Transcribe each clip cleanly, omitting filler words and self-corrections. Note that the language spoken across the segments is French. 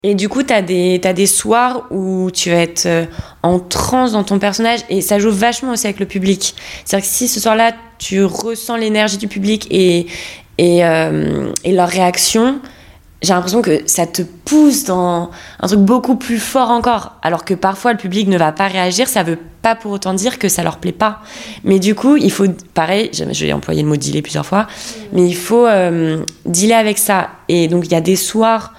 Et du coup, t'as des soirs où tu vas être en transe dans ton personnage et ça joue vachement aussi avec le public. C'est-à-dire que si ce soir-là, tu ressens l'énergie du public et leur réaction, j'ai l'impression que ça te pousse dans un truc beaucoup plus fort encore. Alors que parfois, le public ne va pas réagir, ça veut pas pour autant dire que ça leur plaît pas. Mais du coup, il faut, pareil, j'ai employé le mot dealer plusieurs fois, mais il faut dealer avec ça. Et donc, il y a des soirs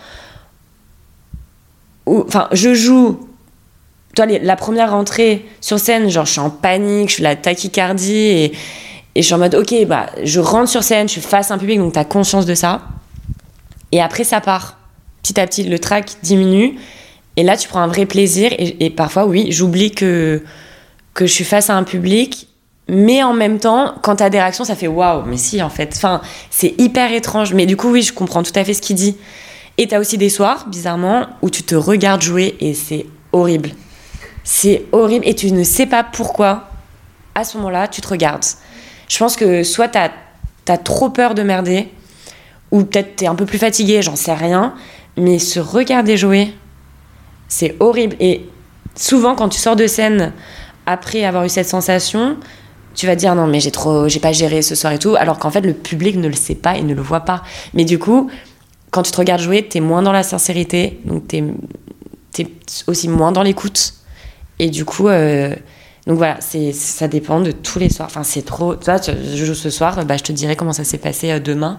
enfin, je joue. Toi, la première rentrée sur scène, genre, je suis en panique, je fais la tachycardie et je suis en mode, ok, bah, je rentre sur scène, je suis face à un public, donc t'as conscience de ça. Et après, ça part. Petit à petit, le track diminue. Et là, tu prends un vrai plaisir. Et parfois, oui, j'oublie que je suis face à un public. Mais en même temps, quand t'as des réactions, ça fait waouh, mais si, en fait. Enfin, c'est hyper étrange. Mais du coup, oui, je comprends tout à fait ce qu'il dit. Et t'as aussi des soirs, bizarrement, où tu te regardes jouer et c'est horrible. C'est horrible et tu ne sais pas pourquoi, à ce moment-là, tu te regardes. Je pense que soit t'as trop peur de merder, ou peut-être t'es un peu plus fatigué, j'en sais rien, mais se regarder jouer, c'est horrible. Et souvent, quand tu sors de scène, après avoir eu cette sensation, tu vas te dire non, mais j'ai pas géré ce soir et tout, alors qu'en fait, le public ne le sait pas et ne le voit pas. Mais du coup, quand tu te regardes jouer, t'es moins dans la sincérité, donc t'es aussi moins dans l'écoute. Et du coup, donc voilà, ça dépend de tous les soirs. Enfin, c'est trop. Toi, je joue ce soir, bah, je te dirai comment ça s'est passé demain.